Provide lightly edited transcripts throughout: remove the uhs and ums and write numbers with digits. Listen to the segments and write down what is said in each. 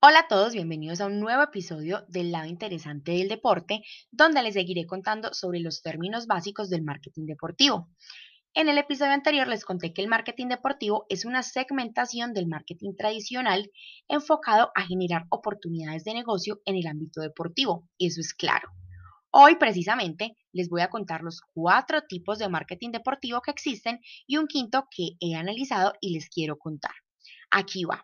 Hola a todos, bienvenidos a un nuevo episodio del lado interesante del deporte, donde les seguiré contando sobre los términos básicos del marketing deportivo. En el episodio anterior les conté que el marketing deportivo es una segmentación del marketing tradicional enfocado a generar oportunidades de negocio en el ámbito deportivo, eso es claro. Hoy precisamente les voy a contar los 4 tipos de marketing deportivo que existen y un quinto que he analizado y les quiero contar. Aquí va.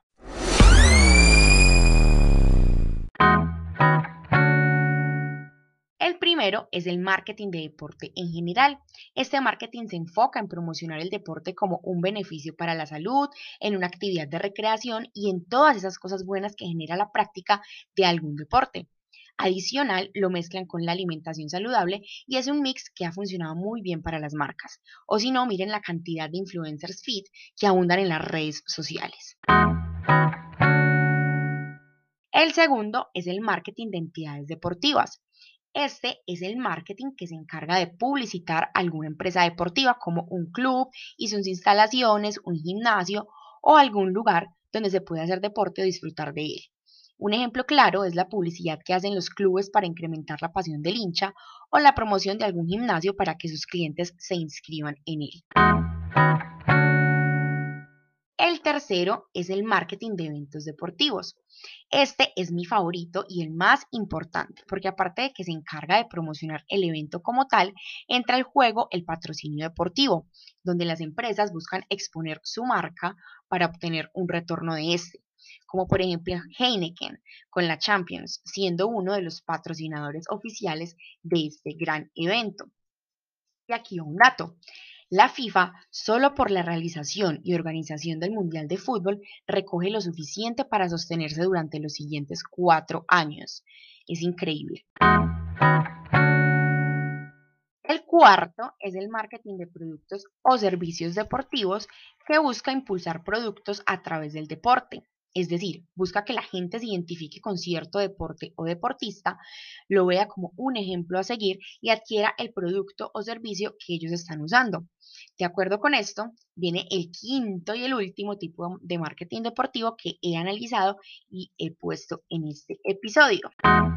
El primero es el marketing de deporte en general. Este marketing se enfoca en promocionar el deporte como un beneficio para la salud, en una actividad de recreación y en todas esas cosas buenas que genera la práctica de algún deporte. Adicional, lo mezclan con la alimentación saludable y es un mix que ha funcionado muy bien para las marcas. O si no, miren la cantidad de influencers fit que abundan en las redes sociales. El segundo es el marketing de entidades deportivas. Este es el marketing que se encarga de publicitar alguna empresa deportiva como un club y sus instalaciones, un gimnasio o algún lugar donde se puede hacer deporte o disfrutar de él. Un ejemplo claro es la publicidad que hacen los clubes para incrementar la pasión del hincha o la promoción de algún gimnasio para que sus clientes se inscriban en él. El tercero es el marketing de eventos deportivos. Este es mi favorito y el más importante, porque aparte de que se encarga de promocionar el evento como tal, entra al juego el patrocinio deportivo, donde las empresas buscan exponer su marca para obtener un retorno de este, como por ejemplo Heineken con la Champions, siendo uno de los patrocinadores oficiales de este gran evento. Y aquí un dato. La FIFA, solo por la realización y organización del Mundial de Fútbol, recoge lo suficiente para sostenerse durante los siguientes 4 años. Es increíble. El cuarto es el marketing de productos o servicios deportivos que busca impulsar productos a través del deporte. Es decir, busca que la gente se identifique con cierto deporte o deportista, lo vea como un ejemplo a seguir y adquiera el producto o servicio que ellos están usando. De acuerdo con esto, viene el quinto y el último tipo de marketing deportivo que he analizado y he puesto en este episodio.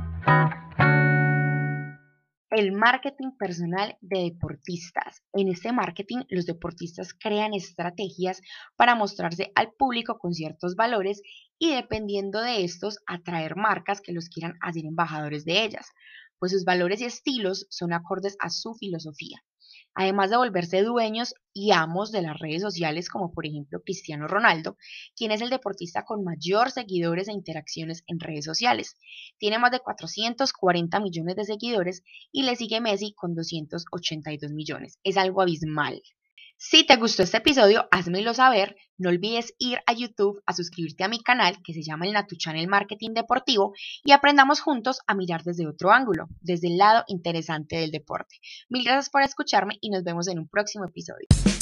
El marketing personal de deportistas. En este marketing, los deportistas crean estrategias para mostrarse al público con ciertos valores y dependiendo de estos, atraer marcas que los quieran hacer embajadores de ellas, pues sus valores y estilos son acordes a su filosofía. Además de volverse dueños y amos de las redes sociales, como por ejemplo Cristiano Ronaldo, quien es el deportista con mayor seguidores e interacciones en redes sociales. Tiene más de 440 millones de seguidores y le sigue Messi con 282 millones. Es algo abismal. Si te gustó este episodio, házmelo saber. No olvides ir a YouTube a suscribirte a mi canal que se llama el Natu Channel Marketing Deportivo y aprendamos juntos a mirar desde otro ángulo, desde el lado interesante del deporte. Mil gracias por escucharme y nos vemos en un próximo episodio.